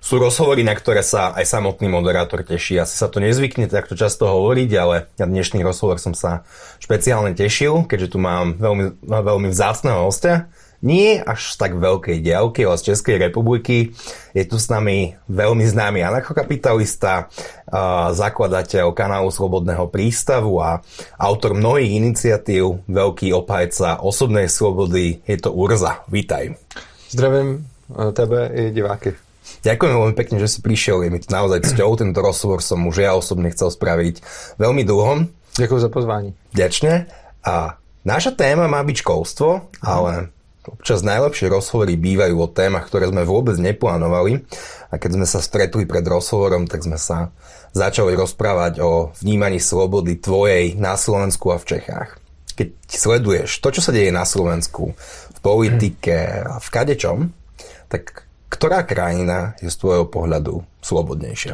sú rozhovory, na ktoré sa aj samotný moderátor teší. Asi sa to nezvykne takto často hovoriť, ale na dnešný rozhovor som sa špeciálne tešil, keďže tu mám veľmi vzácneho hostia. Nie až tak veľkej diaľky, ale z Českej republiky. Je tu s nami veľmi známy anarchokapitalista, zakladateľ kanálu Slobodného prístavu a autor mnohých iniciatív, veľký obhajca osobnej slobody. Je to Urza. Vítaj. Zdravím tebe i diváky. Ďakujem veľmi pekne, že si prišiel. Je mi to naozaj cťou. Tento rozhovor som už ja osobne chcel spraviť veľmi dlho. Ďakujem za pozvání. Vďačne. A naša téma má byť školstvo, ale občas najlepšie rozhovory bývajú o témach, ktoré sme vôbec neplánovali. A keď sme sa stretli pred rozhovorom, tak sme sa začali rozprávať o vnímaní slobody tvojej na Slovensku a v Čechách. Keď sleduješ to, čo sa deje na Slovensku, v politike a v kadečom, tak ktorá krajina je z tvojho pohľadu slobodnejšia?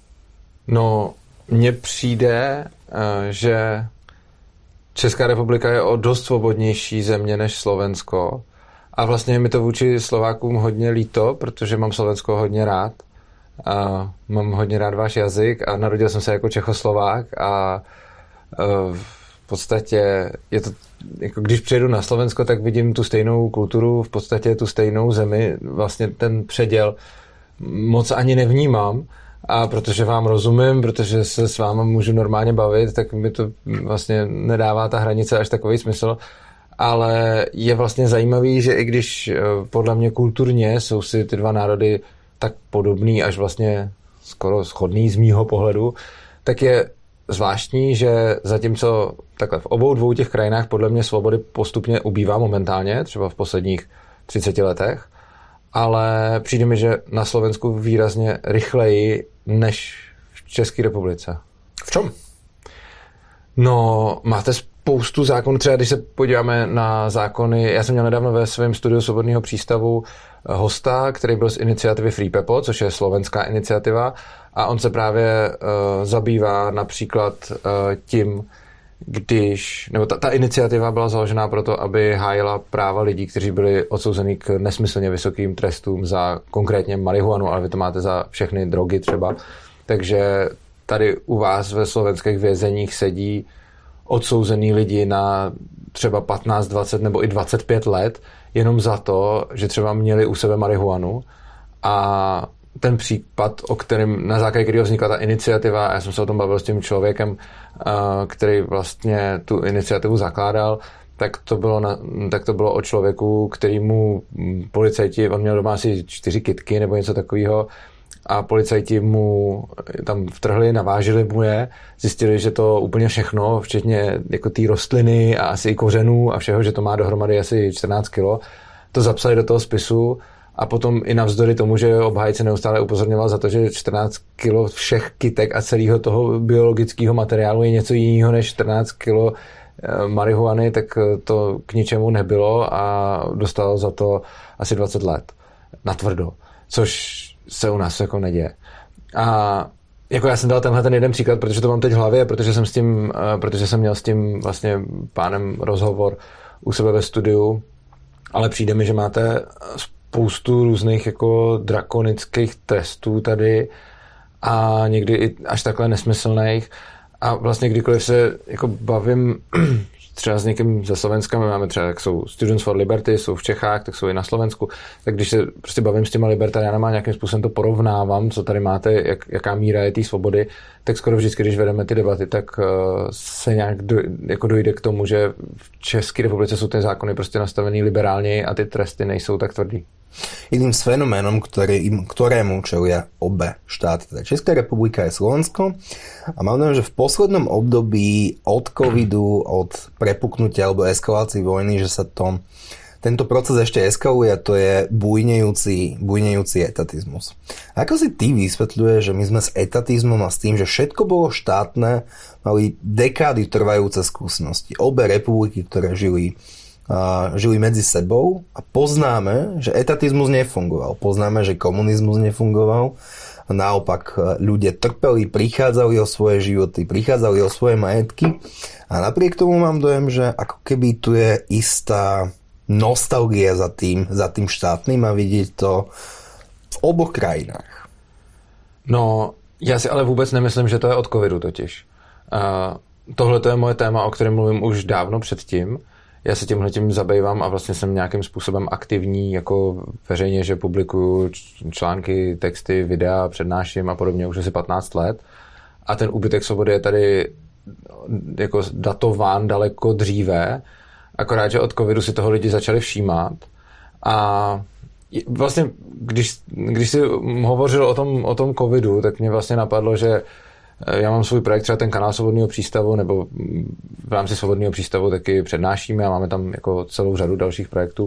No, mně přijde, že Česká republika je o dost svobodnější země než Slovensko. A vlastně mi to vůči Slovákům hodně líto, protože mám Slovensko hodně rád. A mám hodně rád váš jazyk a narodil jsem se jako Čechoslovák a v podstatě je to, jako když přijedu na Slovensko, tak vidím tu stejnou kulturu, v podstatě tu stejnou zemi, vlastně ten předěl moc ani nevnímám. A protože vám rozumím, protože se s váma můžu normálně bavit, tak mi to vlastně nedává ta hranice až takový smysl. Ale je vlastně zajímavý, že i když podle mě kulturně jsou si ty dva národy tak podobný, až vlastně skoro shodný z mýho pohledu, tak je zvláštní, že zatímco takhle v obou dvou těch krajinách podle mě svobody postupně ubývá momentálně, třeba v posledních 30 letech, ale přijde mi, že na Slovensku výrazně rychleji než v České republice. V čem? No, máte spoustu zákonů, třeba když se podíváme na zákony, já jsem měl nedávno ve svém studiu Svobodného přístavu hosta, který byl z iniciativy Free Pepo, což je slovenská iniciativa, a on se právě zabývá například tím, nebo ta iniciativa byla založená proto, aby hájila práva lidí, kteří byli odsouzeni k nesmyslně vysokým trestům za konkrétně marihuanu, ale vy to máte za všechny drogy třeba. Takže tady u vás ve slovenských vězeních sedí odsouzený lidi na třeba 15, 20 nebo i 25 let jenom za to, že třeba měli u sebe marihuanu. A ten případ, o kterém, na základě kterého vznikla ta iniciativa, já jsem se o tom bavil s tím člověkem, který vlastně tu iniciativu zakládal, tak to bylo o člověku, kterýmu policajti, on měl doma asi 4 kytky nebo něco takového, a policajti mu tam vtrhli, navážili mu je, zjistili, že to úplně všechno, včetně jako té rostliny a asi i kořenů a všeho, že to má dohromady asi 14 kilo, to zapsali do toho spisu. A potom i navzdory tomu, že obhájce neustále upozorňoval za to, že 14 kilo všech kytek a celého toho biologického materiálu je něco jiného než 14 kilo marihuany, tak to k ničemu nebylo a dostalo za to asi 20 let. Natvrdo. Což se u nás jako neděje. A jako já jsem dal tenhle ten jeden příklad, protože to mám teď v hlavě, protože jsem měl s tím vlastně pánem rozhovor u sebe ve studiu, ale přijde mi, že máte spoustu různých jako drakonických trestů tady a někdy i až takhle nesmyslných. A vlastně kdykoliv se jako bavím třeba s někým ze Slovenska, my máme třeba, jak jsou Students for Liberty, jsou v Čechách, tak jsou i na Slovensku, tak když se prostě bavím s těma libertariánama a nějakým způsobem to porovnávám, co tady máte, jaká míra je té svobody, tak skoro vždycky, když vedeme ty debaty, tak se nějak dojde k tomu, že v České republice jsou ty zákony prostě nastavený liberálně a ty tresty nejsou tak tvrdý. Jedným z fenoménom, ktorému čelia obe štáty, teda Česká republika a Slovensko. A mám dojem, že v poslednom období od covidu, od prepuknutia alebo eskalácii vojny, že sa tento proces ešte eskaluje, a to je bujnejúci etatizmus. Ako si ty vysvetľuješ, že my sme s etatizmom a s tým, že všetko bolo štátne, mali dekády trvajúce skúsenosti. Obe republiky, ktoré žili medzi sebou a poznáme, že etatizmus nefungoval. Poznáme, že komunizmus nefungoval. Naopak ľudia trpeli, prichádzali o svoje životy, prichádzali o svoje majetky a napriek tomu mám dojem, že ako keby tu je istá nostalgia za tým štátnym a vidieť to v oboch krajinách. No, já si ale vůbec nemyslím, že to je od covidu totiž. Tohle to je moje téma, o kterém mluvím už dávno předtím. Já se tímhletím zabývám a vlastně jsem nějakým způsobem aktivní jako veřejně, že publikuju články, texty, videa, přednáším a podobně už asi 15 let. A ten úbytek svobody je tady jako datován daleko dříve, akorát, že od covidu si toho lidi začali všímat. A vlastně, když jsi hovořil o tom covidu, tak mě vlastně napadlo, že já mám svůj projekt, třeba ten kanál Svobodného přístavu, nebo v rámci Svobodného přístavu taky přednášíme a máme tam jako celou řadu dalších projektů,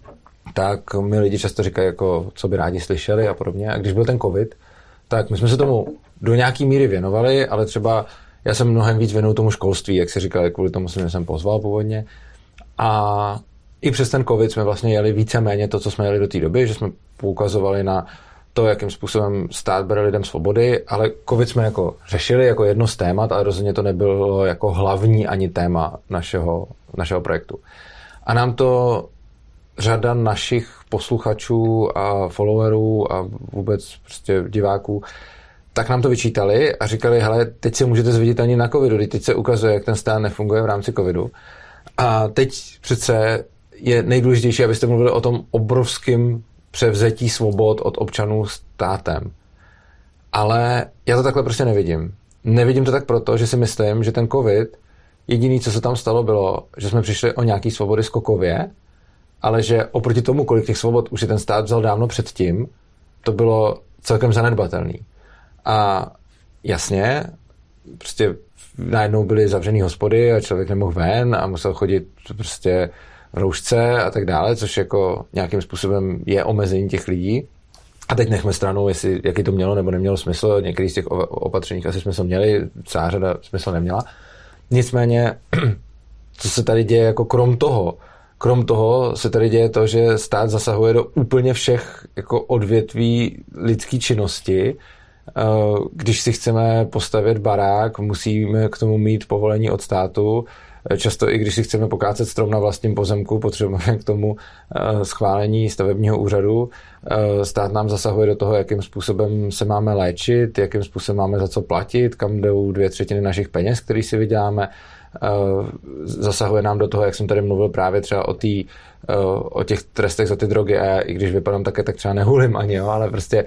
tak mi lidi často říkají, jako, co by rádi slyšeli a podobně. A když byl ten covid, tak my jsme se tomu do nějaký míry věnovali, ale třeba já jsem mnohem víc věnoval tomu školství, jak si říkali, kvůli tomu jsem pozval původně. A i přes ten covid jsme vlastně jeli víceméně to, co jsme jeli do té doby, že jsme poukazovali na to, jakým způsobem stát bere lidem svobody, ale covid jsme jako řešili jako jedno z témat, ale rozhodně to nebylo jako hlavní ani téma našeho projektu. A nám to řada našich posluchačů a followerů a vůbec prostě diváků tak nám to vyčítali a říkali, hele, teď si můžete zviditelnit na covidu, teď se ukazuje, jak ten stát nefunguje v rámci covidu. A teď přece je nejdůležitější, abyste mluvili o tom obrovském převzetí svobod od občanů státem. Ale já to takhle prostě nevidím. Nevidím to tak proto, že si myslím, že ten covid, jediný, co se tam stalo, bylo, že jsme přišli o nějaký svobody skokově, ale že oproti tomu, kolik těch svobod už si ten stát vzal dávno předtím, to bylo celkem zanedbatelný. A jasně, prostě najednou byly zavřený hospody a člověk nemohl ven a musel chodit prostě v roušce a tak dále, což jako nějakým způsobem je omezení těch lidí. A teď nechme stranou, jaký to mělo nebo nemělo smysl. Některý z těch opatření asi smysl měli, celá řada smysl neměla. Nicméně, co se tady děje jako krom toho se tady děje to, že stát zasahuje do úplně všech jako odvětví lidské činnosti. Když si chceme postavit barák, musíme k tomu mít povolení od státu. Často i když si chceme pokácet strom na vlastním pozemku, potřebujeme k tomu schválení stavebního úřadu. Stát nám zasahuje do toho, jakým způsobem se máme léčit, jakým způsobem máme za co platit, kam jdou 2/3 našich peněz, který si vyděláme. Zasahuje nám do toho, jak jsem tady mluvil právě třeba o těch trestech za ty drogy a já, i když vypadám také, tak třeba nehulím ani, jo, ale prostě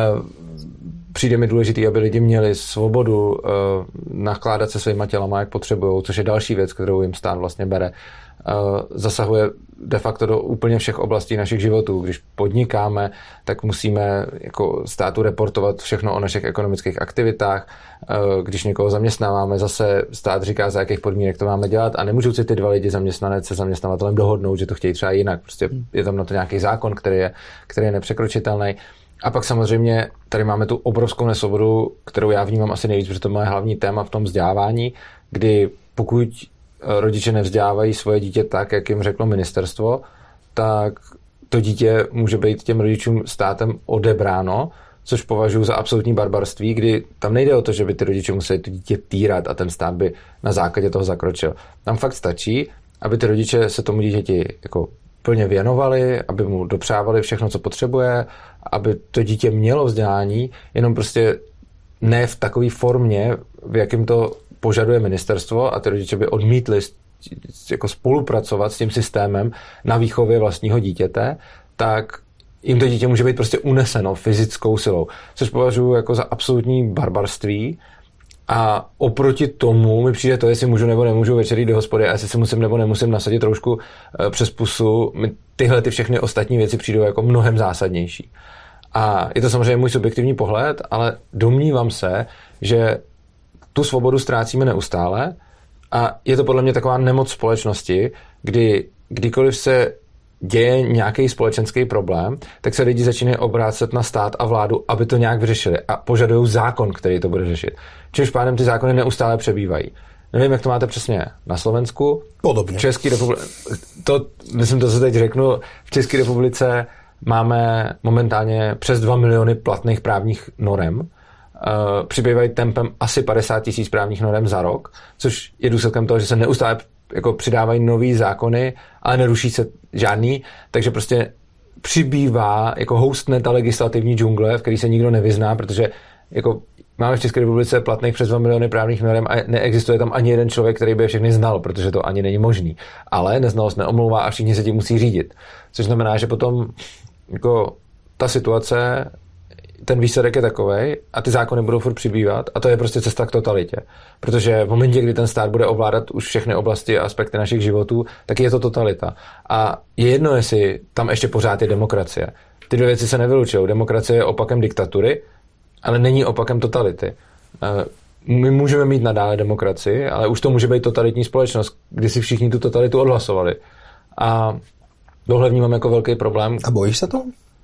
přijde mi důležitý, aby lidi měli svobodu nakládat se svýma tělama, jak potřebujou, což je další věc, kterou jim stát vlastně bere. Zasahuje de facto do úplně všech oblastí našich životů. Když podnikáme, tak musíme jako státu reportovat všechno o našich ekonomických aktivitách. Když někoho zaměstnáváme, zase stát říká, za jakých podmínek to máme dělat a nemůžou si ty dva lidi zaměstnanec se zaměstnavatelem dohodnout, že to chtějí třeba jinak. Prostě je tam na to nějaký zákon, který je nepřekročitelný. A pak samozřejmě tady máme tu obrovskou nesvobodu, kterou já vnímám asi nejvíc, protože to je moje hlavní téma v tom vzdělávání, kdy pokud rodiče nevzdělávají svoje dítě tak, jak jim řeklo ministerstvo, tak to dítě může být těm rodičům státem odebráno, což považuji za absolutní barbarství, kdy tam nejde o to, že by ty rodiče museli to dítě týrat a ten stát by na základě toho zakročil. Tam fakt stačí, aby ty rodiče se tomu dítěti jako plně věnovali, aby mu dopřávali všechno, co potřebuje, aby to dítě mělo vzdělání, jenom prostě ne v takové formě, v jakým to požaduje ministerstvo a ty rodiče by odmítli jako spolupracovat s tím systémem na výchově vlastního dítěte, tak jim to dítě může být prostě uneseno fyzickou silou, což považuji jako za absolutní barbarství. A oproti tomu mi přijde to, jestli můžu nebo nemůžu večer jít do hospody a jestli si musím nebo nemusím nasadit roušku přes pusu, mi tyhle ty všechny ostatní věci přijdou jako mnohem zásadnější. A je to samozřejmě můj subjektivní pohled, ale domnívám se, že tu svobodu ztrácíme neustále a je to podle mě taková nemoc společnosti, kdy kdykoliv se děje nějaký společenský problém, tak se lidi začínají obrácet na stát a vládu, aby to nějak vyřešili a požadují zákon, který to bude řešit. Čímž pádem ty zákony neustále přebývají. Nevím, jak to máte přesně na Slovensku. Podobně. V České republice, to se teď řeknu, v České republice máme momentálně přes 2 miliony platných právních norem. Přibývají tempem asi 50 000 právních norem za rok, což je důsledkem toho, že se neustále jako přidávají nový zákony, ale neruší se žádný, takže prostě přibývá, jako houstne ta legislativní džungle, v který se nikdo nevyzná, protože jako máme v České republice platných přes 2 miliony právních norem a neexistuje tam ani jeden člověk, který by je všechny znal, protože to ani není možný. Ale neznalost neomlouvá a všichni se tím musí řídit. Což znamená, že potom jako ta situace, ten výsledek je takovej a ty zákony budou furt přibývat a to je prostě cesta k totalitě. Protože v momentě, kdy ten stát bude ovládat už všechny oblasti a aspekty našich životů, tak je to totalita. A je jedno, jestli tam ještě pořád je demokracie. Ty dvě věci se nevylučují. Demokracie je opakem diktatury, ale není opakem totality. My můžeme mít nadále demokracii, ale už to může být totalitní společnost, kdy si všichni tu totalitu odhlasovali. A tohle vnímám jako velký problém. A bojíš se toho?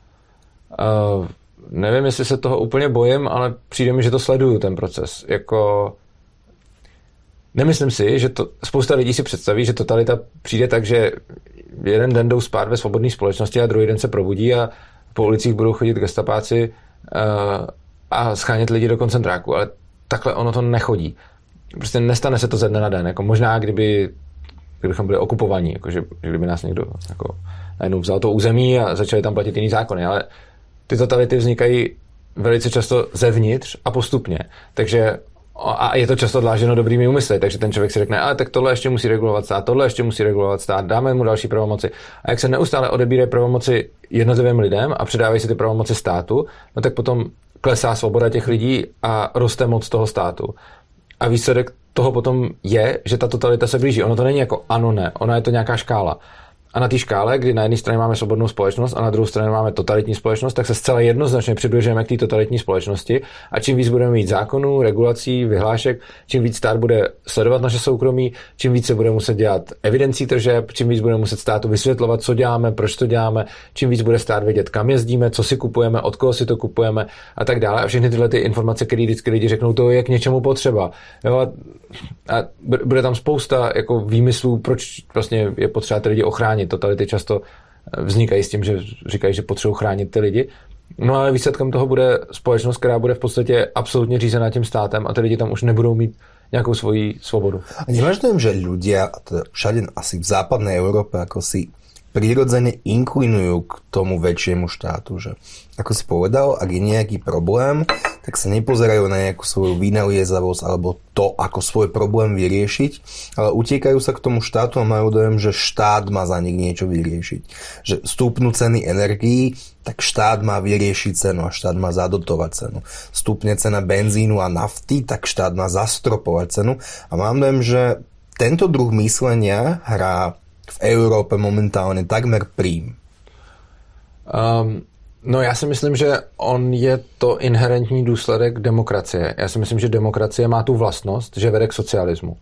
Nevím, jestli se toho úplně bojím, ale přijde mi, že to sleduju, ten proces. Jako nemyslím si, že to spousta lidí si představí, že totalita přijde tak, že jeden den jdou spát ve svobodné společnosti a druhý den se probudí a po ulicích budou chodit gestapáci a schánět lidi do koncentráku, ale takhle ono to nechodí. Prostě nestane se to ze dne na den. Jako možná, kdybychom byli okupovaní, jako že kdyby nás někdo jako najednou vzal to území a začali tam platit jiný zákony, ale ty totality vznikají velice často zevnitř a postupně. Takže a je to často dláženo dobrými úmysly, takže ten člověk si řekne, ale tak tohle ještě musí regulovat stát, tohle ještě musí regulovat stát, dáme mu další pravomoci. A jak se neustále odebírají pravomoci jednotlivým lidem a předávají si ty pravomoci státu, no tak potom klesá svoboda těch lidí a roste moc toho státu. A výsledek toho potom je, že ta totalita se blíží. Ono to není jako ano, ne, ona je to nějaká škála. A na té škále, kdy na jedné straně máme svobodnou společnost a na druhé straně máme totalitní společnost, tak se zcela jednoznačně přibližujeme k té totalitní společnosti a čím víc budeme mít zákonů, regulací, vyhlášek, čím víc stát bude sledovat naše soukromí, čím víc se bude muset dělat evidencí tržeb, čím víc bude muset státu vysvětlovat, co děláme, proč to děláme, čím víc bude stát vědět, kam jezdíme, co si kupujeme, od koho si to kupujeme a tak dále. A všechny tyhle ty informace, které vždycky lidi řeknou, to je k něčemu potřeba. Jo? A bude tam spousta jako výmyslů, proč vlastně je potřeba ty lidi ochránit. Totality často vznikají s tím, že říkají, že potřebují chránit ty lidi. No ale výsledkem toho bude společnost, která bude v podstatě absolutně řízená tím státem a ty lidi tam už nebudou mít nějakou svoji svobodu. A nemáš dojem, že ľudia, všade asi v západnej Európe, ako si prirodzene inklinujú k tomu väčšiemu štátu, že ako si povedal, ak je nejaký problém, tak sa nepozerajú na nejakú svoju vynaliezavosť alebo to, ako svoj problém vyriešiť, ale utiekajú sa k tomu štátu a majú dojem, že štát má za nich niečo vyriešiť. Že stúpnú ceny energií, tak štát má vyriešiť cenu a štát má zadotovať cenu. Stúpne cena benzínu a nafty, tak štát má zastropovať cenu a mám dojem, že tento druh myslenia hrá v Európe momentálne takmer prím. No já si myslím, že on je to inherentní důsledek demokracie. Já si myslím, že demokracie má tu vlastnost, že vede k socialismu.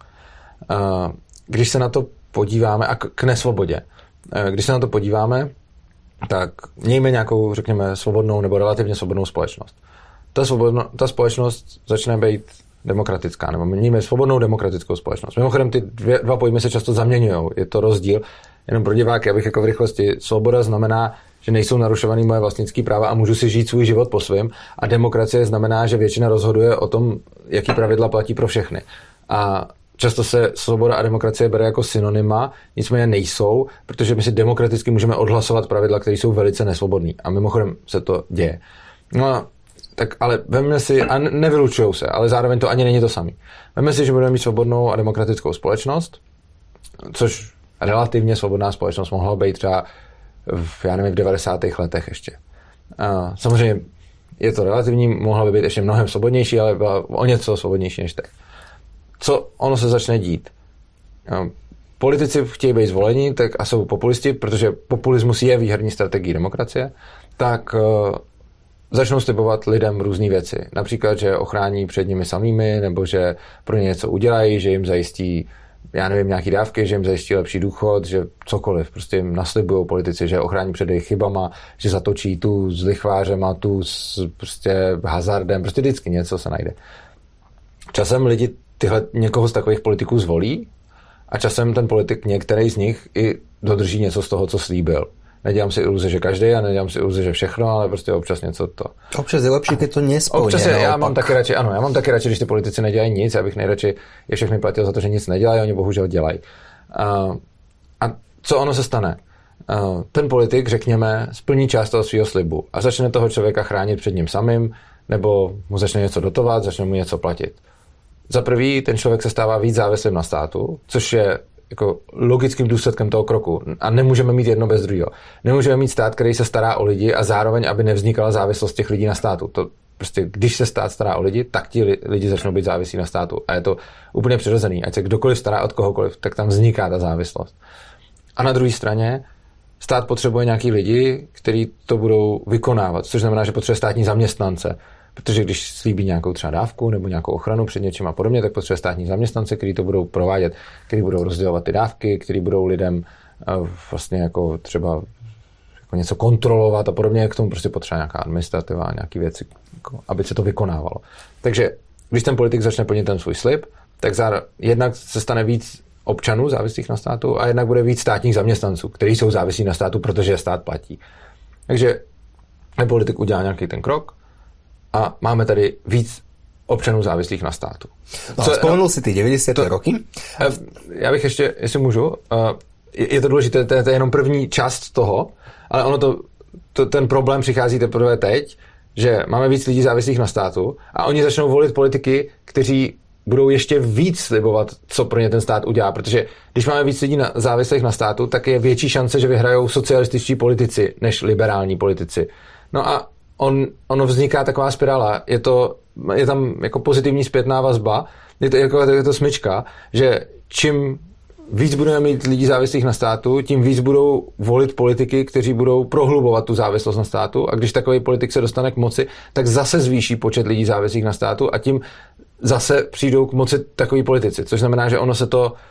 Když se na to podíváme, a k nesvobodě. Když se na to podíváme, tak mějme nějakou, řekněme, svobodnou nebo relativně svobodnou společnost. Ta společnost začne být demokratická, nebo mějme svobodnou demokratickou společnost. Mimochodem, ty dva pojmy se často zaměňují. Je to rozdíl. Jenom pro diváky, abych jako v rychlosti. Svoboda znamená, že nejsou narušovány moje vlastnické práva a můžu si žít svůj život po svém. A demokracie znamená, že většina rozhoduje o tom, jaký pravidla platí pro všechny. A často se svoboda a demokracie bere jako synonyma, nicméně nejsou, protože my si demokraticky můžeme odhlasovat pravidla, které jsou velice nesvobodné. A mimochodem se to děje. No a tak ale vemme si, a nevylučujou se, ale zároveň to ani není to samé. Vemme si, že budeme mít svobodnou a demokratickou společnost, což relativně svobodná společnost mohla být třeba v 90. letech ještě. A samozřejmě je to relativní, mohla by být ještě mnohem svobodnější, ale byla o něco svobodnější než teď. Co ono se začne dít? Politici chtějí být zvoleni tak a jsou populisti, protože populismus je výherní strategií demokracie, tak začnou slibovat lidem různé věci. Například, že ochrání před nimi samými, nebo že pro ně něco udělají, že jim zajistí, já nevím, nějaký dávky, že jim zajistí lepší důchod, že cokoliv. Prostě jim naslibují politici, že ochrání před jejich chybama, že zatočí tu s lichvářema, tu s prostě hazardem, prostě vždycky něco se najde. Časem lidi někoho z takových politiků zvolí a časem ten politik, některý z nich, i dodrží něco z toho, co slíbil. Nedělám si iluze, že každý a nedělám si iluze, že všechno, ale prostě občas něco to. Občas je lepší, když to nesplní. Občas já mám taky radši, když ty politici nedělají nic, já bych nejradši je všechny platil za to, že nic nedělají, oni bohužel dělají. A co ono se stane? Ten politik, řekněme, splní část toho svého slibu a začne toho člověka chránit před ním samým, nebo mu začne něco dotovat, začne mu něco platit. Za prvý, ten člověk se stává víc závislým na státu, což je jako logickým důsledkem toho kroku. A nemůžeme mít jedno bez druhého. Nemůžeme mít stát, který se stará o lidi a zároveň, aby nevznikala závislost těch lidí na státu. To prostě, když se stát stará o lidi, tak ti lidi začnou být závislí na státu. A je to úplně přirozený. Ať se kdokoliv stará od kohokoliv, tak tam vzniká ta závislost. A na druhé straně stát potřebuje nějaký lidi, kteří to budou vykonávat, což znamená, že potřebuje státní zaměstnance. Protože když slíbí nějakou třeba dávku nebo nějakou ochranu před něčím a podobně, tak potřebuje státní zaměstnance, kteří to budou provádět, kteří budou rozdělovat ty dávky, kteří budou lidem vlastně jako třeba jako něco kontrolovat a podobně. K tomu prostě potřeba nějaká administrativa a nějaké věci, jako, aby se to vykonávalo. Takže když ten politik začne plnit ten svůj slib, tak jednak se stane víc občanů závislých na státu a jednak bude víc státních zaměstnanců, kteří jsou závislí na státu, protože je stát platí. Takže politik udělá nějaký ten krok a máme tady víc občanů závislých na státu. No, vzpomenul si ty 90. roky? Já bych ještě, jestli můžu, je to důležité, to je jenom první část toho, ale ono ten problém přichází teprve teď, že máme víc lidí závislých na státu a oni začnou volit politiky, kteří budou ještě víc slibovat, co pro ně ten stát udělá, protože když máme víc lidí závislých na státu, tak je větší šance, že vyhrajou socialističtí politici než liberální politici. No a ono vzniká taková spirála, je tam jako pozitivní zpětná vazba, je to smyčka, že čím víc budeme mít lidí závislých na státu, tím víc budou volit politiky, kteří budou prohlubovat tu závislost na státu a když takový politik se dostane k moci, tak zase zvýší počet lidí závislých na státu a tím zase přijdou k moci takový politici, což znamená, že ono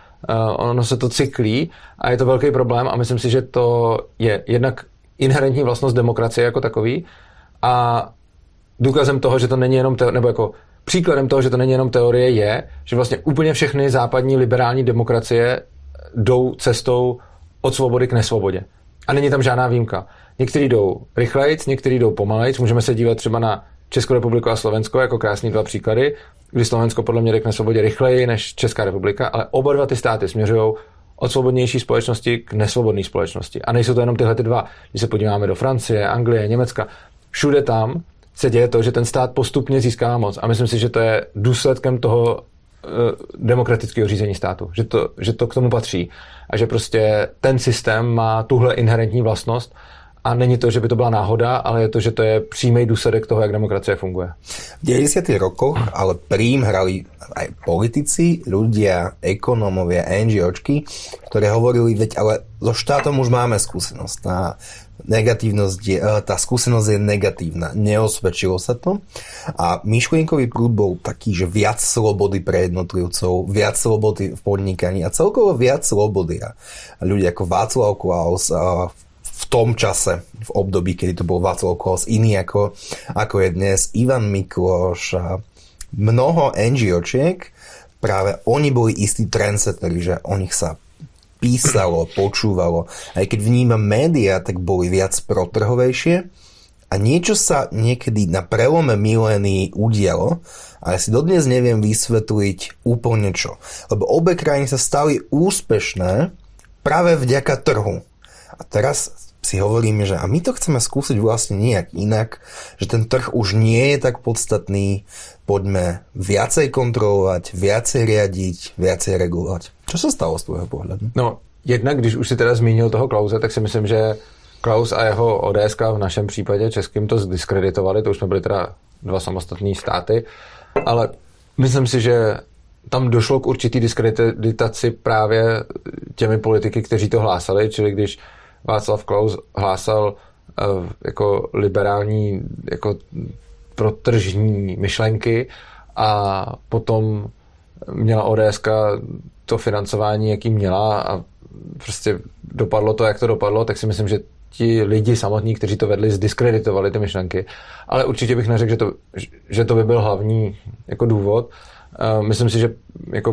se to cyklí a je to velký problém a myslím si, že to je jednak inherentní vlastnost demokracie jako takový a důkazem toho, že to není jenom nebo jako příkladem toho, že to není jenom teorie je, že vlastně úplně všechny západní liberální demokracie jdou cestou od svobody k nesvobodě. A není tam žádná výjimka. Někteří jdou rychlejc, někteří jdou pomalejc. Můžeme se dívat třeba na Českou republiku a Slovensko jako krásný dva příklady, kdy Slovensko podle mě jde k nesvobodě rychleji než Česká republika, ale oba dva ty státy směřují od svobodnější společnosti k nesvobodné společnosti. A nejsou to jenom tyhle ty dva. Když se podíváme do Francie, Anglie, Německa, všude tam se děje to, že ten stát postupně získává moc. A myslím si, že to je důsledkem toho demokratického řízení státu. Že to k tomu patří. A že prostě ten systém má tuhle inherentní vlastnost a není to, že by to byla náhoda, ale je to, že to je přímý důsledek toho, jak demokracie funguje. V 90. rokoch ale prím hrali aj politici, ľudia, ekonómovia, NGOčky, ktoré hovorili, veď ale so štátom už máme skúsenosť. Tá skúsenosť je negatívna. Neosvedčilo sa to. A myšlienkový prúd bol taký, že viac slobody pre jednotlivcov, viac slobody v podnikaní a celkovo viac slobody. A ľudia ako Václav Klaus v tom čase, v období, kedy to bol Václav Klaus iný ako je dnes, Ivan Mikloš a mnoho NGOčiek, práve oni boli istí trendsetteri, že o nich sa písalo, počúvalo. Aj keď vnímam médiá, tak boli viac protrhovejšie a niečo sa niekedy na prelome milénií udialo a ja si dodnes neviem vysvetliť úplne čo. Lebo obe krajiny sa stali úspešné práve vďaka trhu. A teraz si hovoríme, že a my to chceme skúsiť vlastne nejak inak, že ten trh už nie je tak podstatný, poďme viacej kontrolovať, viacej riadiť, viacej regulovať. Čo sa stalo z tvojho pohľadu? No, jednak, když už si teda zmínil toho Klause, tak si myslím, že Klaus a jeho ODSK v našem případě českým to zdiskreditovali, to už jsme byli teda dva samostatní státy, ale myslím si, že tam došlo k určitý diskreditaci právě těmi politiky, kteří to hlásali, čili když Václav Klaus hlásal jako liberální, jako protržní myšlenky a potom měla ODSK to financování, jaký měla a prostě dopadlo to, jak to dopadlo, tak si myslím, že ti lidi samotní, kteří to vedli, zdiskreditovali ty myšlenky. Ale určitě bych neřekl, že to by byl hlavní jako důvod. Myslím si, že jako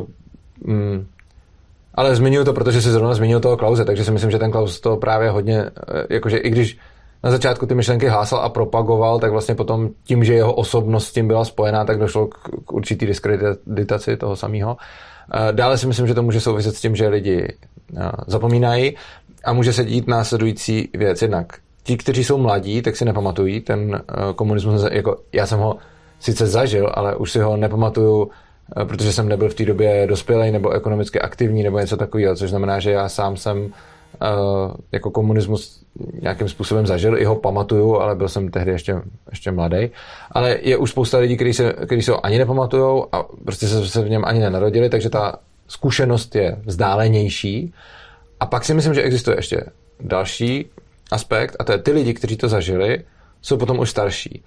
ale zmiňuji to, protože si zrovna zmínil toho Klause, takže si myslím, že ten Klaus to právě hodně, jakože i když na začátku ty myšlenky hlásal a propagoval, tak vlastně potom tím, že jeho osobnost s tím byla spojená, tak došlo k určitý diskreditaci toho samého. Dále si myslím, že to může souviset s tím, že lidi zapomínají a může se dít následující věc. Jednak ti, kteří jsou mladí, tak si nepamatují ten komunismus, jako já jsem ho sice zažil, ale už si ho nepamatuju, protože jsem nebyl v té době dospělej nebo ekonomicky aktivní nebo něco takového, což znamená, že já sám jsem jako komunismus nějakým způsobem zažil, i ho pamatuju, ale byl jsem tehdy ještě mladý. Ale je už spousta lidí, kteří se ho ani nepamatujou a prostě se v něm ani nenarodili, takže ta zkušenost je vzdálenější. A pak si myslím, že existuje ještě další aspekt, a to je ty lidi, kteří to zažili, jsou potom už starší.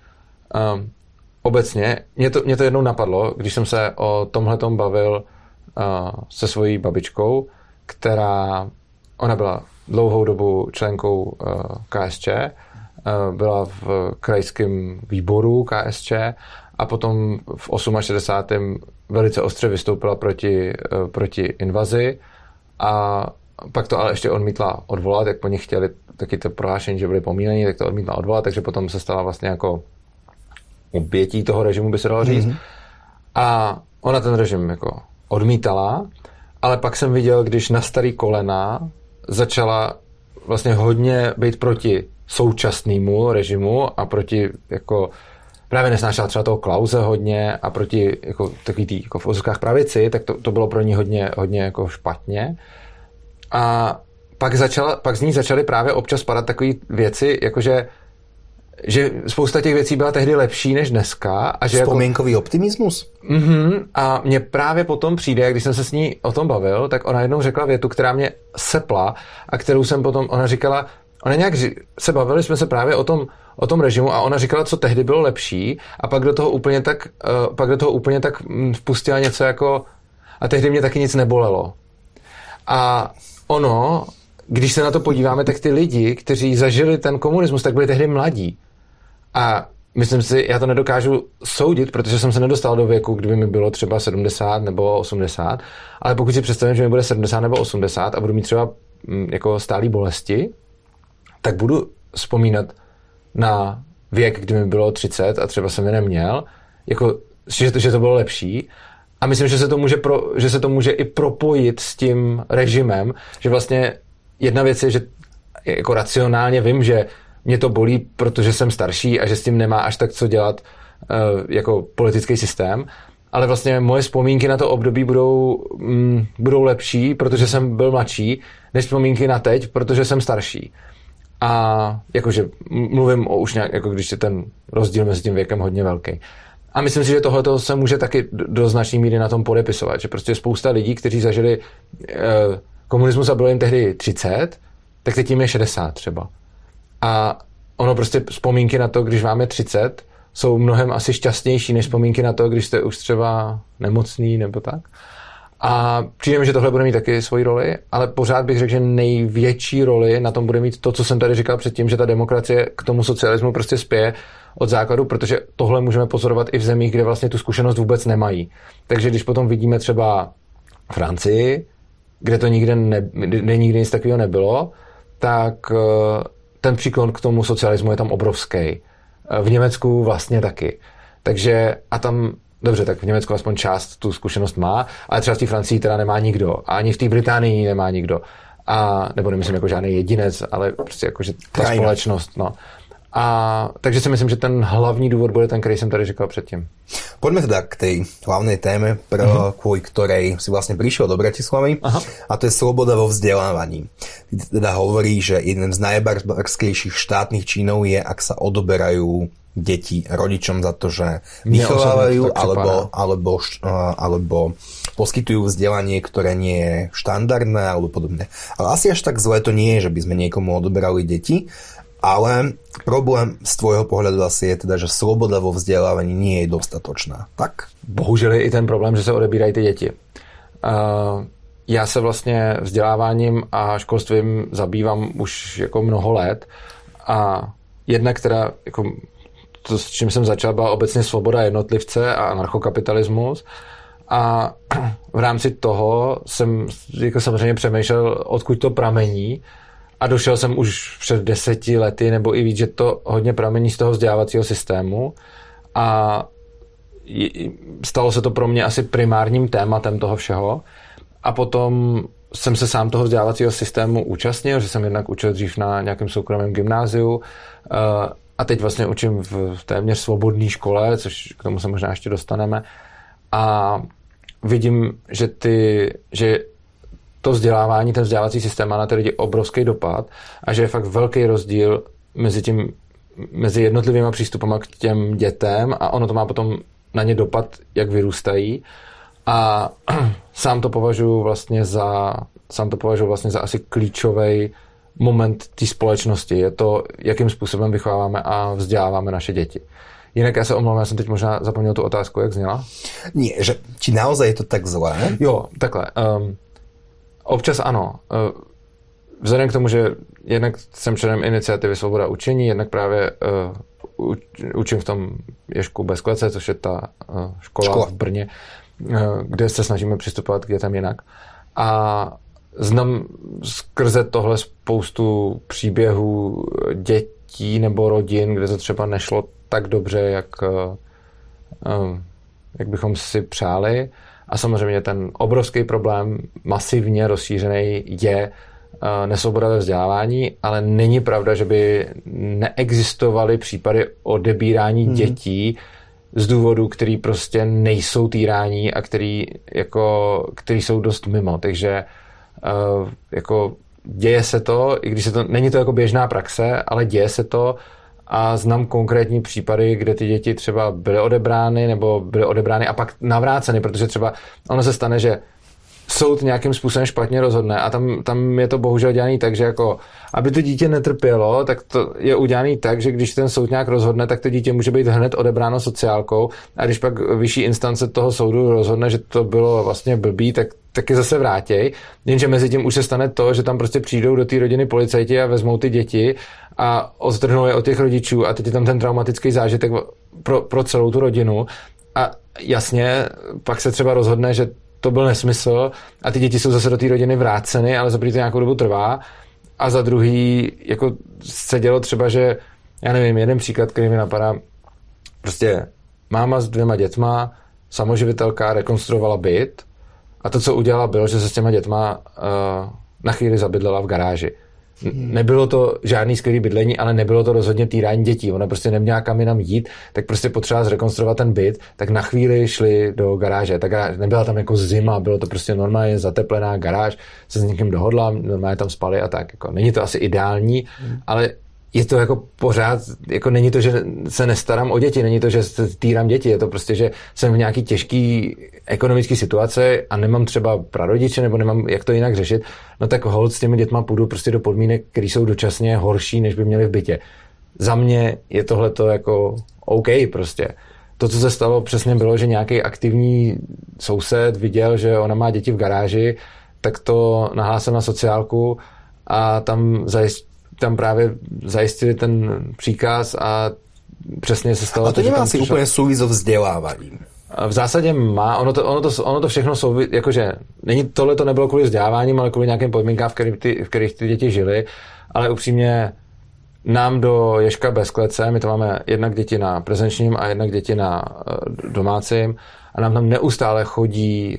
Obecně, mě to jednou napadlo, když jsem se o tomhletom bavil se svojí babičkou, ona byla dlouhou dobu členkou KSČ, byla v krajském výboru KSČ a potom v 68. velice ostře vystoupila proti invazi a pak to ale ještě odmítla odvolat, jak po nich chtěli taky to prohlášení, že byli pomílení, tak to odmítla odvolat, takže potom se stala vlastně jako obětí toho režimu, by se dalo říct. A ona ten režim jako odmítala, ale pak jsem viděl, když na starý kolena začala vlastně hodně být proti současnému režimu a proti jako právě nesnášela třeba toho Klause hodně a proti jako takový tý jako v ozokách pravici, tak to bylo pro ní hodně jako špatně. A pak z ní začaly právě občas padat takové věci, jakože že spousta těch věcí byla tehdy lepší než dneska. A že vzpomínkový optimismus? A mně právě potom přijde, když jsem se s ní o tom bavil, tak ona jednou řekla větu, která mě sepla a kterou jsem potom, ona říkala, se bavili jsme se právě o tom režimu a ona říkala, co tehdy bylo lepší a pak do toho úplně tak vpustila něco jako a tehdy mě taky nic nebolelo. A ono, když se na to podíváme, tak ty lidi, kteří zažili ten komunismus, tak byli tehdy mladí. A myslím si, já to nedokážu soudit, protože jsem se nedostal do věku, kdyby mi bylo třeba 70 nebo 80, ale pokud si představím, že mi bude 70 nebo 80 a budu mít třeba jako stálý bolesti, tak budu vzpomínat na věk, kdy mi bylo 30 a třeba jsem je neměl, jako, že to bylo lepší. A myslím, že se to může i propojit s tím režimem, že vlastně jedna věc je, že jako racionálně vím, že mě to bolí, protože jsem starší a že s tím nemá až tak co dělat jako politický systém, ale vlastně moje vzpomínky na to období budou lepší, protože jsem byl mladší, než vzpomínky na teď, protože jsem starší. A jakože mluvím o už nějak, jako když je ten rozdíl mezi tím věkem hodně velký. A myslím si, že tohleto se může taky do značné míry na tom podepisovat, že prostě spousta lidí, kteří zažili komunismus a bylo jim tehdy 30, tak teď jim je 60 třeba. A ono prostě vzpomínky na to, když máme 30, jsou mnohem asi šťastnější než vzpomínky na to, když jste už třeba nemocný nebo tak. A přijde mi, že tohle bude mít taky svoji roli, ale pořád bych řekl, že největší roli na tom bude mít to, co jsem tady říkal předtím, že ta demokracie k tomu socialismu prostě spěje od základu, protože tohle můžeme pozorovat i v zemích, kde vlastně tu zkušenost vůbec nemají. Takže když potom vidíme třeba Francii, kde to nikdy nic takového nebylo, tak ten příklon k tomu socialismu je tam obrovský. V Německu vlastně taky. Takže a tam, dobře, tak v Německu aspoň část tu zkušenost má, ale třeba v té Francii teda nemá nikdo. A ani v té Británii nemá nikdo. Nebo nemyslím jako žádný jedinec, ale prostě jako, že ta společnost, no. A takže si myslím, že ten hlavní důvod bude ten, který jsem tady říkal předtým. Poďme teda k tej hlavnej téme, kvôli ktorej si vlastne prišiel do Bratislavy. A to je sloboda vo vzdelávaní. Ty teda hovorí, že jeden z najbarbarskejších štátnych činov je, ak sa odoberajú deti rodičom za to, že vychovávajú alebo poskytujú vzdelanie, ktoré nie je štandardné alebo podobne. Ale asi až tak zlé to nie je, že by sme niekomu odoberali deti. Ale problém z tvojho pohľadu asi je teda, že sloboda vo vzdelávaní nie je dostatočná, tak? Bohužel je i ten problém, že se odebírají ty děti. Já se vlastně vzděláváním a školstvím zabývám už jako mnoho let a jedna, která jako to, s čím jsem začal, byla obecně svoboda jednotlivce a anarchokapitalismus a v rámci toho jsem jako samozřejmě přemýšlel, odkud to pramení. A došel jsem už před 10 lety, nebo i víc, že to hodně pramení z toho vzdělávacího systému. A stalo se to pro mě asi primárním tématem toho všeho. A potom jsem se sám toho vzdělávacího systému účastnil, že jsem jednak učil dřív na nějakém soukromém gymnáziu a teď vlastně učím v téměř svobodné škole, což k tomu se možná ještě dostaneme. A vidím, že to vzdělávání, ten vzdělávací systém má na ty lidi obrovský dopad a že je fakt velký rozdíl mezi jednotlivými přístupy k těm dětem a ono to má potom na ně dopad, jak vyrůstají. A sám to považuji vlastně za asi klíčový moment té společnosti. Je to, jakým způsobem vychováváme a vzděláváme naše děti. Jinak já se omlouvám, já jsem teď možná zapomněl tu otázku, jak zněla? Nie, že či naozaj je to tak zlé? Jo, takhle. Občas ano. Vzhledem k tomu, že jednak jsem členem iniciativy Svoboda učení, jednak právě učím v tom Ježku bez klece, což je ta škola v Brně, kde se snažíme přistupovat k dětem jinak. A znám skrze tohle spoustu příběhů dětí nebo rodin, kde to třeba nešlo tak dobře, jak bychom si přáli. A samozřejmě ten obrovský problém, masivně rozšířený, je nesvoboda ve vzdělávání, ale není pravda, že by neexistovaly případy odebírání dětí z důvodů, který prostě nejsou týrání a který jsou dost mimo. Takže jako děje se to, i když není to jako běžná praxe, ale děje se to a znám konkrétní případy, kde ty děti třeba byly odebrány a pak navráceny, protože třeba ono se stane, že soud nějakým způsobem špatně rozhodne a tam je to bohužel dělaný tak, že jako, aby to dítě netrpělo, tak to je udělaný tak, že když ten soud nějak rozhodne, tak to dítě může být hned odebráno sociálkou a když pak vyšší instance toho soudu rozhodne, že to bylo vlastně blbý, tak je zase vrátěj. Jenže mezi tím už se stane to, že tam prostě přijdou do té rodiny policajti a vezmou ty děti a odtrhnou je od těch rodičů a teď je tam ten traumatický zážitek pro celou tu rodinu a jasně, pak se třeba rozhodne, že to byl nesmysl a ty děti jsou zase do té rodiny vráceny, ale za první to nějakou dobu trvá a za druhý jako se dělo třeba, že já nevím, jeden příklad, který mi napadá, prostě máma s 2 dětma, samoživitelka, rekonstruovala byt a to, co udělala, bylo, že se s těma dětma na chvíli zabydlela v garáži. Nebylo to žádný skvělý bydlení, ale nebylo to rozhodně týrání dětí. Ona prostě neměla kam jinam jít, tak prostě potřeba zrekonstruovat ten byt, tak na chvíli šli do garáže. Ta garáž nebyla tam jako zima, bylo to prostě normálně zateplená garáž, se s někým dohodla, normálně tam spali a tak. Jako, není to asi ideální, ale je to jako pořád, jako není to, že se nestarám o děti, není to, že týrám děti, je to prostě, že jsem v nějaký těžký ekonomický situaci a nemám třeba prarodiče, nebo nemám jak to jinak řešit, no tak holt s těmi dětma půjdu prostě do podmínek, které jsou dočasně horší, než by měly v bytě. Za mě je tohleto jako OK prostě. To, co se stalo, přesně bylo, že nějaký aktivní soused viděl, že ona má děti v garáži, tak to nahlásil na sociálku a tam právě zajistili ten příkaz a přesně se stalo. A to nemá asi úplně souvisť so vzdělávaním. V zásadě má, ono to všechno souvisí, jakože tohle to nebylo kvůli vzděláváním, ale kvůli nějakým podmínkám, v kterých ty děti žily, ale upřímně nám do Ježka bez klece, my to máme jednak děti na prezenčním a jednak děti na domácím a nám tam neustále chodí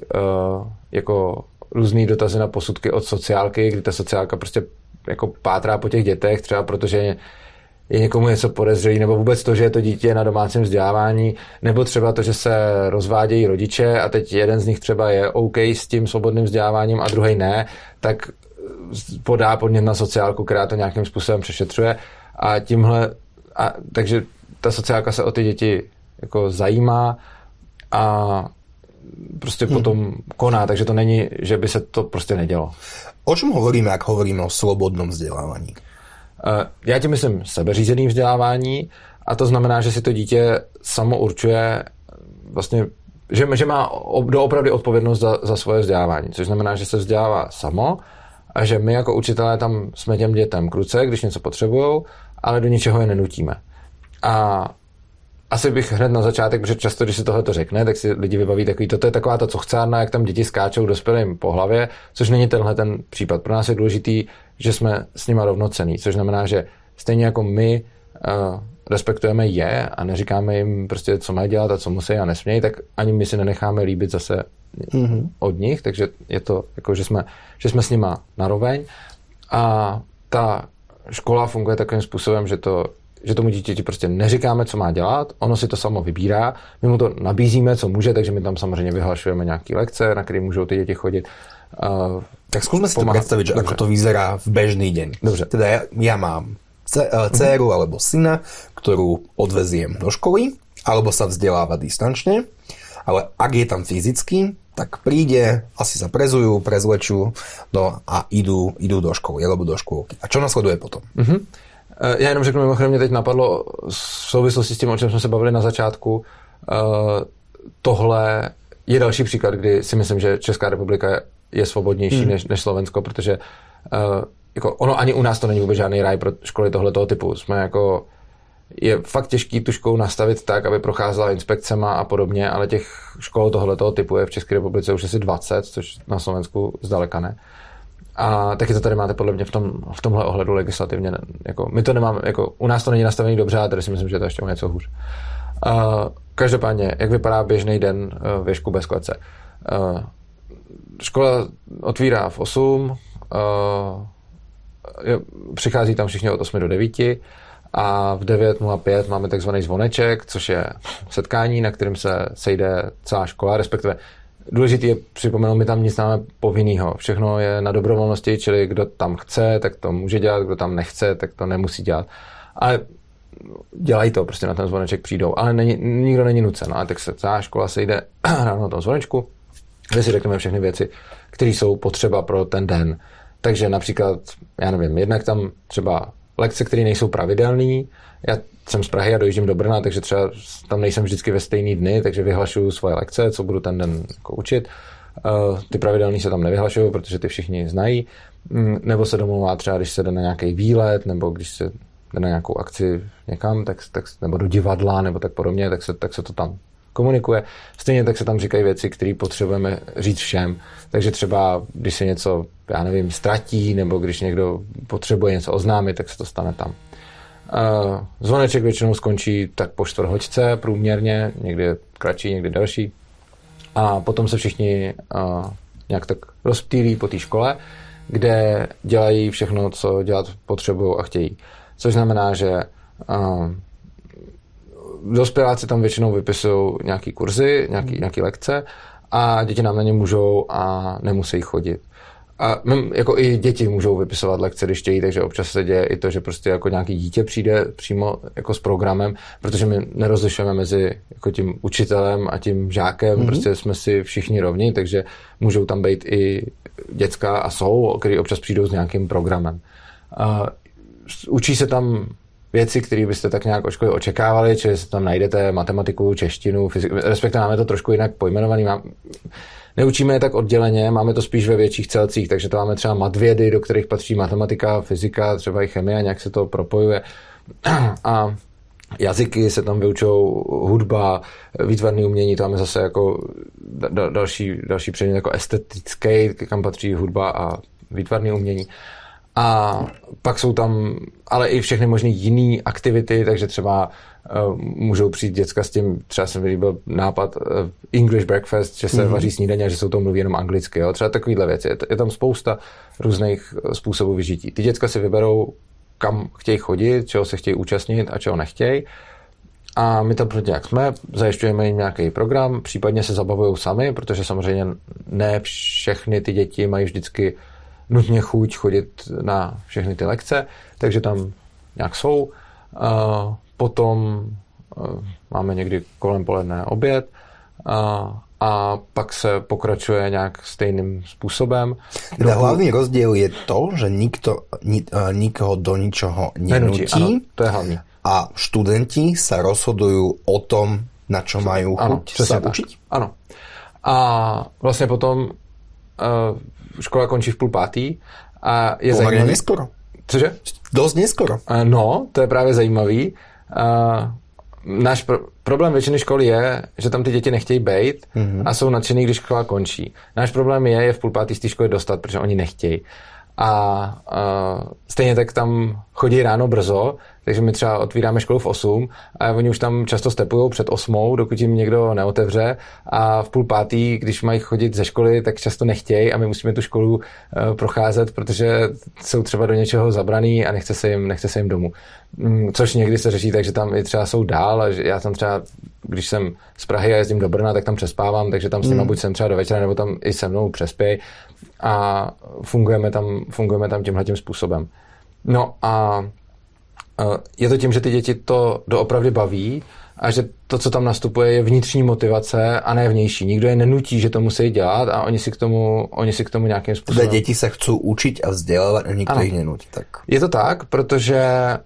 jako různý dotazy na posudky od sociálky, kdy ta sociálka prostě jako pátrá po těch dětech, třeba protože je někomu něco podezřelý, nebo vůbec to, že je to dítě na domácím vzdělávání, nebo třeba to, že se rozvádějí rodiče a teď jeden z nich třeba je OK s tím svobodným vzděláváním a druhý ne, tak podá podnět na sociálku, která to nějakým způsobem přešetřuje a takže ta sociálka se o ty děti jako zajímá a prostě potom koná, takže to není, že by se to prostě nedělo. O čom hovoríme, ak hovoríme o slobodnom vzdělávání? Já tím myslím sebeřízeným vzdělávání a to znamená, že si to dítě samo určuje vlastně, že má doopravdy odpovědnost za svoje vzdělávání, což znamená, že se vzdělává samo a že my jako učitelé tam jsme těm dětem k ruce, když něco potřebujou, ale do ničeho je nenutíme. A asi bych hned na začátek, protože často, když si tohleto řekne, tak si lidi vybaví takový, toto je taková ta cochcárna, jak tam děti skáčou dospělým po hlavě, což není tenhle ten případ. Pro nás je důležitý, že jsme s nima rovnocenní, což znamená, že stejně jako my respektujeme je a neříkáme jim prostě, co mají dělat a co musí a nesmějí, tak ani my si nenecháme líbit zase od nich, takže je to jako, že jsme s nima naroveň a ta škola funguje takovým způsobem, že tomu dítěti prostě neříkáme, co má dělat, ono si to samo vybírá, my mu to nabízíme, co může, takže my tam samozřejmě vyhlašujeme nějaké lekce, na které můžou ty děti chodit. Tak skúsme si to predstaviť, že ako to vyzerá v bežný deň. Dobře. Teda ja mám dceru alebo syna, ktorú odveziem do školy, alebo sa vzdeláva distančne, ale ak je tam fyzicky, tak príde, asi sa prezujú, prezlečú a idú do školy alebo do škôlky. A čo nasleduje potom? Já jenom řeknu, mimochodem mě teď napadlo v souvislosti s tím, o čem jsme se bavili na začátku, tohle je další příklad, kdy si myslím, že Česká republika je svobodnější než Slovensko, protože jako ono ani u nás to není vůbec žádný ráj pro školy tohletoho typu. Je fakt těžký tu školu nastavit tak, aby procházela inspekcema a podobně, ale těch škol tohletoho typu je v České republice už asi 20, což na Slovensku zdaleka ne. A taky to tady máte podle mě v tomhle ohledu legislativně. Jako, my to nemáme, jako, u nás to není nastavený dobře, a tady si myslím, že to ještě něco hůř. Každopádně, jak vypadá běžný den věšku bez klece? Škola otvírá v 8, přichází tam všichni od 8 do 9 a v 9:05 máme takzvaný zvoneček, což je setkání, na kterém se sejde celá škola, respektive důležitý je připomenout, my tam nic máme povinnýho. Všechno je na dobrovolnosti, čili kdo tam chce, tak to může dělat, kdo tam nechce, tak to nemusí dělat. Ale dělají to, prostě na ten zvoneček přijdou, ale nikdo není nucen. A tak se celá škola sejde ráno na tom zvonečku, kde si řekneme všechny věci, které jsou potřeba pro ten den. Takže například, já nevím, jednak tam třeba lekce, které nejsou pravidelné. Já jsem z Prahy a dojíždím do Brna, takže třeba tam nejsem vždycky ve stejný dny, takže vyhlašuju svoje lekce, co budu ten den jako učit. Ty pravidelný se tam nevyhlašují, protože ty všichni znají. Nebo se domluvá třeba, když se jde na nějaký výlet, nebo když se jde na nějakou akci někam, tak nebo do divadla, nebo tak podobně, tak se to tam komunikuje. Stejně tak se tam říkají věci, které potřebujeme říct všem. Takže třeba, když se něco, já nevím, ztratí, nebo když někdo potřebuje něco oznámit, tak se to stane tam. Zvoneček většinou skončí tak po 4 hodince průměrně, někdy kratší, někdy delší. A potom se všichni nějak tak rozptýlí po té škole, kde dělají všechno, co dělat potřebují a chtějí. Což znamená, že dospěláci tam většinou vypisují nějaký kurzy, nějaký lekce a děti nám na ně můžou a nemusí chodit. A jako i děti můžou vypisovat lekce, když chtějí, takže občas se děje i to, že prostě jako nějaký dítě přijde přímo jako s programem, protože my nerozlišujeme mezi jako tím učitelem a tím žákem, prostě jsme si všichni rovni, takže můžou tam být i děcka a jsou, který občas přijdou s nějakým programem. Učí se tam věci, které byste tak nějak od školy očekávali, čili se tam najdete matematiku, češtinu, fyziku, respektive máme to trošku jinak pojmenovaný. Neučíme je tak odděleně, máme to spíš ve větších celcích, takže to máme třeba matvědy, do kterých patří matematika, fyzika, třeba i chemie, nějak se to propojuje. A jazyky se tam vyučou, hudba, výtvarné umění, to máme zase jako další předmět jako estetický, kam patří hudba a výtvarné umění. A pak jsou tam ale i všechny možné jiné aktivity, takže třeba můžou přijít děcka s tím, třeba se mi líbil nápad English breakfast, že se vaří snídaně a že jsou to mluví jenom anglicky. Jo? Třeba takovýhle věci. Je tam spousta různých způsobů vyžití. Ty děcka si vyberou, kam chtějí chodit, čeho se chtějí účastnit a čeho nechtějí. A my tam prostě jak jsme, zajišťujeme jim nějaký program, případně se zabavují sami, protože samozřejmě ne všechny ty děti mají vždycky nutně chuť chodit na všechny ty lekce, takže tam nějak jsou. Potom máme někdy kolem poledne oběd a pak se pokračuje nějak stejným způsobem. Teda hlavný rozdíl je to, že nikoho do ničoho nenutí. Ano, to je hlavní. A študenti sa rozhodujú o tom, na čo majú chuť sa učiť. Ano. A vlastně potom škola končí v 4:30 a je zajímavý. Neskoro. Cože? Dost neskoro. No, to je právě zajímavý. Náš problém většiny školy je, že tam ty děti nechtějí bejt a jsou nadšený, když škola končí. Náš problém je v 4:30 z té školy dostat, protože oni nechtějí. A stejně tak tam chodí ráno brzo, takže my třeba otvíráme školu v 8 a oni už tam často stepujou před 8, dokud jim někdo neotevře a v 4:30, když mají chodit ze školy, tak často nechtějí a my musíme tu školu procházet, protože jsou třeba do něčeho zabraný a nechce se jim domů. Což někdy se řeší tak, že tam i třeba jsou dál a já tam třeba, když jsem z Prahy a jezdím do Brna, tak tam přespávám, takže tam s nima buď jsem třeba do večera, nebo tam i se mnou přespěj a fungujeme tam tímhletím způsobem. No a je to tím, že ty děti to doopravdy baví a že to, co tam nastupuje, je vnitřní motivace a ne vnější. Nikdo je nenutí, že to musí dělat a oni si k tomu nějakým způsobem... Teda děti se chcou učit a vzdělávat a nikdo jich nenutí. Tak. Je to tak, protože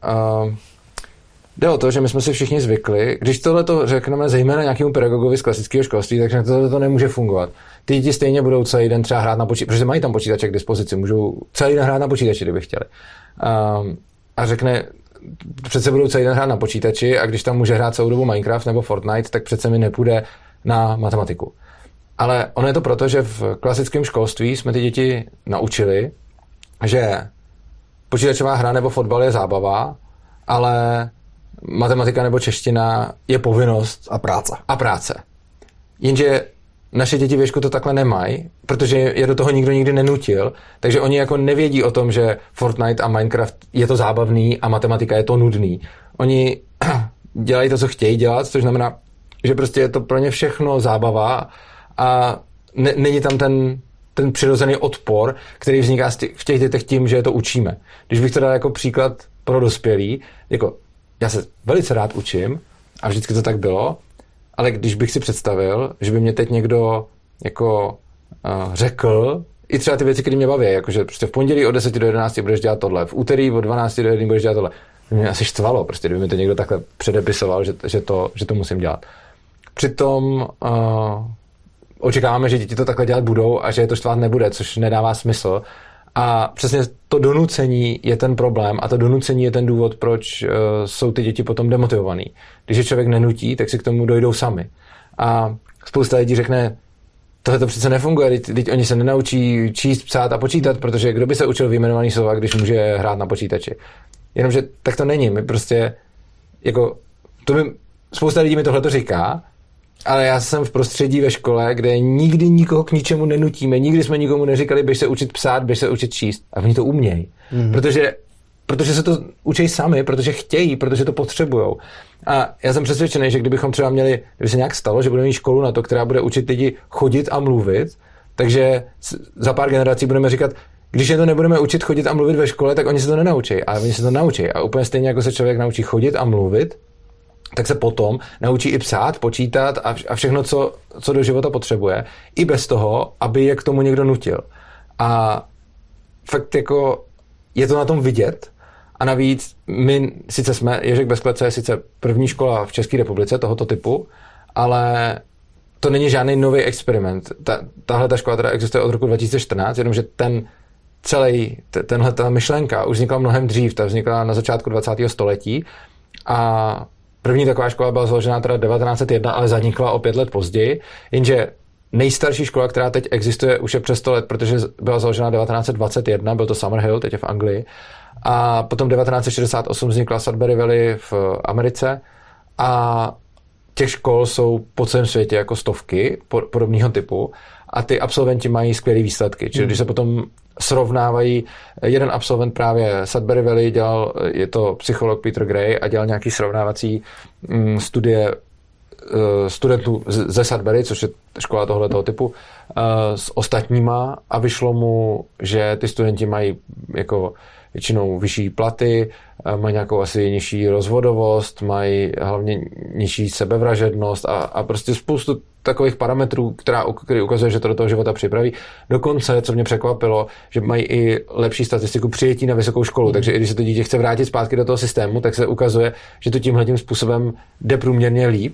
jde o to, že my jsme si všichni zvykli, když tohleto řekneme zejména nějakému pedagogovi z klasického školství, takže to nemůže fungovat. Ty děti stejně budou celý den třeba hrát na počítači, protože mají tam počítače k dispozici, můžou celý den hrát na počítači, kdyby chtěli. A řekne, přece budou celý den hrát na počítači a když tam může hrát celou dobu Minecraft nebo Fortnite, tak přece mi nepůjde na matematiku. Ale ono je to proto, že v klasickém školství jsme ty děti naučili, že počítačová hra nebo fotbal je zábava, ale matematika nebo čeština je povinnost a práce. Jenže naše děti věšku to takhle nemají, protože je do toho nikdo nikdy nenutil, takže oni jako nevědí o tom, že Fortnite a Minecraft je to zábavný a matematika je to nudný. Oni dělají to, co chtějí dělat, což znamená, že prostě je to pro ně všechno zábava a není tam ten přirozený odpor, který vzniká v těch dětech tím, že je to učíme. Když bych to dal jako příklad pro dospělý, jako já se velice rád učím a vždycky to tak bylo, ale když bych si představil, že by mě teď někdo jako řekl i třeba ty věci, které mě baví, jakože prostě v pondělí od 10 do 11 budeš dělat tohle, v úterý od 12 do 1 budeš dělat tohle. Mě asi štvalo, prostě, kdyby mi to někdo takhle předepisoval, že to musím dělat. Přitom očekáváme, že děti to takhle dělat budou a že je to štvát nebude, což nedává smysl. A přesně to donucení je ten problém a to donucení je ten důvod, proč jsou ty děti potom demotivovaný. Když je člověk nenutí, tak si k tomu dojdou sami. A spousta lidí řekne, tohle to přece nefunguje, teď oni se nenaučí číst, psát a počítat, protože kdo by se učil vyjmenovaný slova, když může hrát na počítači. Jenomže tak to není. My prostě, jako, spousta lidí mi tohle to říká, ale já jsem v prostředí ve škole, kde nikdy nikoho k ničemu nenutíme, nikdy jsme nikomu neříkali, běž se učit psát, běž se učit číst. A oni to umějí. Protože se to učí sami, protože chtějí, protože to potřebujou. A já jsem přesvědčený, že kdybychom třeba měli, kdyby se nějak stalo, že budeme mít školu na to, která bude učit lidi chodit a mluvit, takže za pár generací budeme říkat, když je to nebudeme učit chodit a mluvit ve škole, tak oni se to nenaučí, ale oni se to naučí. A úplně stejně, jako se člověk naučí chodit a mluvit, tak se potom naučí i psát, počítat a všechno, co do života potřebuje, i bez toho, aby je k tomu někdo nutil. A fakt jako je to na tom vidět a navíc my sice jsme, Ježek bez klece je sice první škola v České republice tohoto typu, ale to není žádný nový experiment. Tahle ta škola teda existuje od roku 2014, jenomže ta myšlenka už vznikla mnohem dřív, ta vznikla na začátku 20. století a první taková škola byla založena teda 1901, ale zanikla o 5 let později, jenže nejstarší škola, která teď existuje, už je přes 100 let, protože byla založena 1921, byl to Summerhill, teď je v Anglii, a potom 1968 vznikla Sudbury Valley v Americe a těch škol jsou po celém světě jako stovky podobného typu a ty absolventi mají skvělé výsledky. Čili když se potom srovnávají, jeden absolvent právě Sudbury Valley dělal, je to psycholog Peter Gray a dělal nějaký srovnávací studie studentů ze Sudbury, což je škola tohoto typu, s ostatníma a vyšlo mu, že ty studenti mají jako většinou vyšší platy, mají nějakou asi nižší rozvodovost, mají hlavně nižší sebevražednost a prostě spoustu takových parametrů, který ukazuje, že to do toho života připraví. Dokonce, co mě překvapilo, že mají i lepší statistiku přijetí na vysokou školu, takže i když se to dítě chce vrátit zpátky do toho systému, tak se ukazuje, že to tímhletím způsobem jde průměrně líp.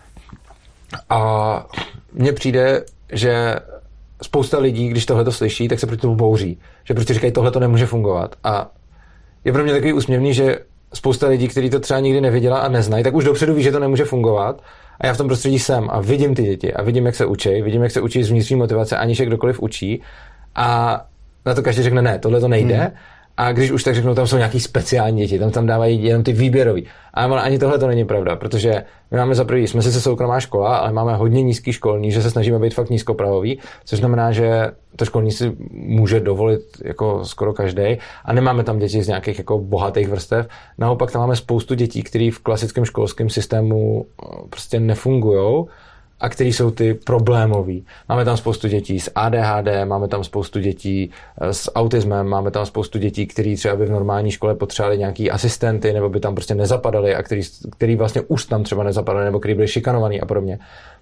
A mně přijde, že spousta lidí, když tohle to slyší, tak se proti tomu bouří. Že prostě říkají, tohle to nemůže fungovat. A je pro mě takový úsměvný, že spousta lidí, kteří to třeba nikdy neviděla a neznají, tak už dopředu ví, že to nemůže fungovat. A já v tom prostředí jsem a vidím ty děti a vidím, jak se učí, vidím, jak se učí z vnitřní motivace, aniž je kdokoliv učí. A na to každý řekne, ne, tohle to nejde. A když už tak řeknou, tam jsou nějaký speciální děti, tam dávají jenom ty výběrový. Ale ani tohle to není pravda, protože my máme za první, jsme sice soukromá škola, ale máme hodně nízký školní, že se snažíme být fakt nízkopravový, což znamená, že to školní si může dovolit jako skoro každý a nemáme tam děti z nějakých jako bohatých vrstev. Naopak tam máme spoustu dětí, které v klasickém školském systému prostě nefungujou a který jsou ty problémový. Máme tam spoustu dětí s ADHD, máme tam spoustu dětí s autismem, máme tam spoustu dětí, kteří třeba by v normální škole potřebovali nějaký asistenty, nebo by tam prostě nezapadali a který vlastně už tam třeba nezapadali, nebo který byli šikanovaný a podobně.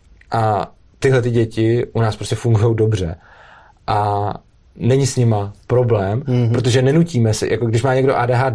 A tyhle ty děti u nás prostě fungují dobře. A není s nima problém, protože nenutíme se, jako když má někdo ADHD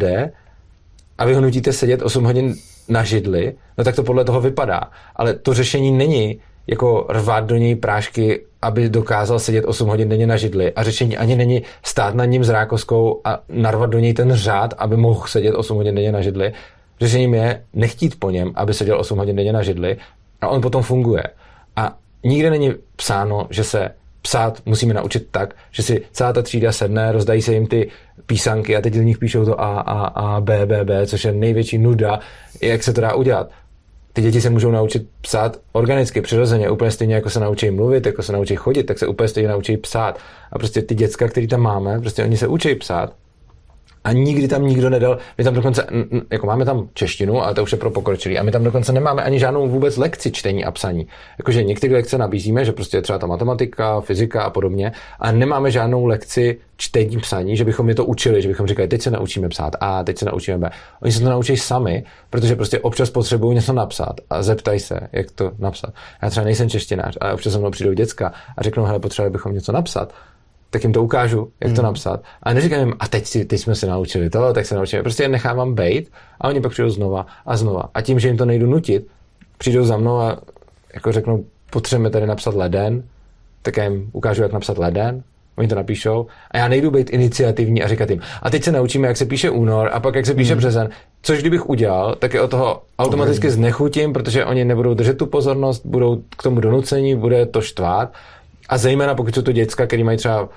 a vy ho nutíte sedět 8 hodin na židli, no tak to podle toho vypadá. Ale to řešení není jako rvát do něj prášky, aby dokázal sedět 8 hodin denně na židli. A řešení ani není stát nad ním s rákoskou a narvat do něj ten řád, aby mohl sedět 8 hodin denně na židli. Řešením je nechtít po něm, aby seděl 8 hodin denně na židli a on potom funguje. A nikde není psáno, že se psát musíme naučit tak, že si celá ta třída sedne, rozdají se jim ty písanky a teď do nich píšou to A, B, což je největší nuda, jak se to dá udělat. Ty děti se můžou naučit psát organicky, přirozeně, úplně stejně jako se naučí mluvit, jako se naučí chodit, tak se úplně stejně naučí psát. A prostě ty děcka, který tam máme, prostě oni se učí psát. A nikdy tam nikdo nedal, my tam dokonce, jako máme tam češtinu, ale to už je pro pokročilý, a my tam dokonce nemáme ani žádnou vůbec lekci čtení a psaní. Jakože některé lekce nabízíme, že prostě je třeba ta matematika, fyzika a podobně, a nemáme žádnou lekci čtení, psaní, že bychom je to učili, že bychom říkali, teď se naučíme psát A, teď se naučíme B. Oni se to naučí sami, protože prostě občas potřebují něco napsat a zeptají se, jak to napsat. Já třeba nejsem češtinář, ale občas se mnou přijdou děcka a řeknou, hele, potřebovali bychom něco napsat. Tak jim to ukážu, jak to napsat. A neříkám jim, a teď jsme se naučili to, tak se naučíme. Prostě je nechávám bejt a oni pak přijdou znova a znova. A tím, že jim to nejdu nutit, přijdou za mnou a jako řeknou, potřebujeme tady napsat leden, tak já jim ukážu, jak napsat leden, oni to napíšou a já nejdu být iniciativní a říkat jim, a teď se naučíme, jak se píše únor a pak jak se píše březen, což kdybych udělal, tak je od toho automaticky znechutím, protože oni nebudou držet tu pozornost, budou k tomu donucení, bude to štvát. A zejména pokud jsou to děcka, který mají třeba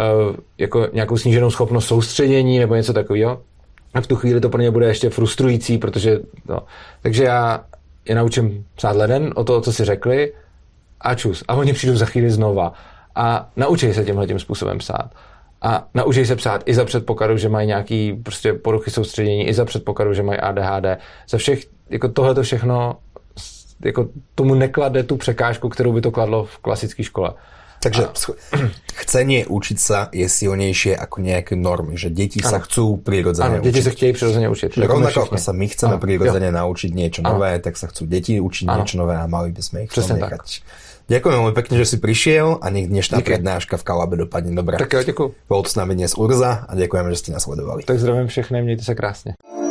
jako nějakou sníženou schopnost soustředění nebo něco takového, a v tu chvíli to pro ně bude ještě frustrující, protože no. Takže já je naučím psát leden o to, co si řekli a čus. A oni přijdou za chvíli znova a naučí se tímhletím způsobem psát. A naučí se psát i za předpokladu, že mají nějaký prostě poruchy soustředění, i za předpokladu, že mají ADHD. Za všech, jako tohleto všechno jako tomu neklade tu překážku, kterou by to kladlo v klasické škole. Takže chcenie učiť sa je silnejšie ako nejaké normy, že deti sa chcú prirodzene učiť. Deti sa chtějí prirodzene učiť. Rovnako ako sa my chceme prirodzene naučiť niečo nové, tak sa chcú deti učiť niečo nové a mali by sme ich Přesne nechať. Ďakujem veľmi pekne, že si prišiel a nech dnešná prednáška v Kalabe dopadne dobre. Tak jo, ďakujem. Bol tu s nami dnes Urza a ďakujeme, že ste nás sledovali. Tak zdravím všechny, mějte se krásně.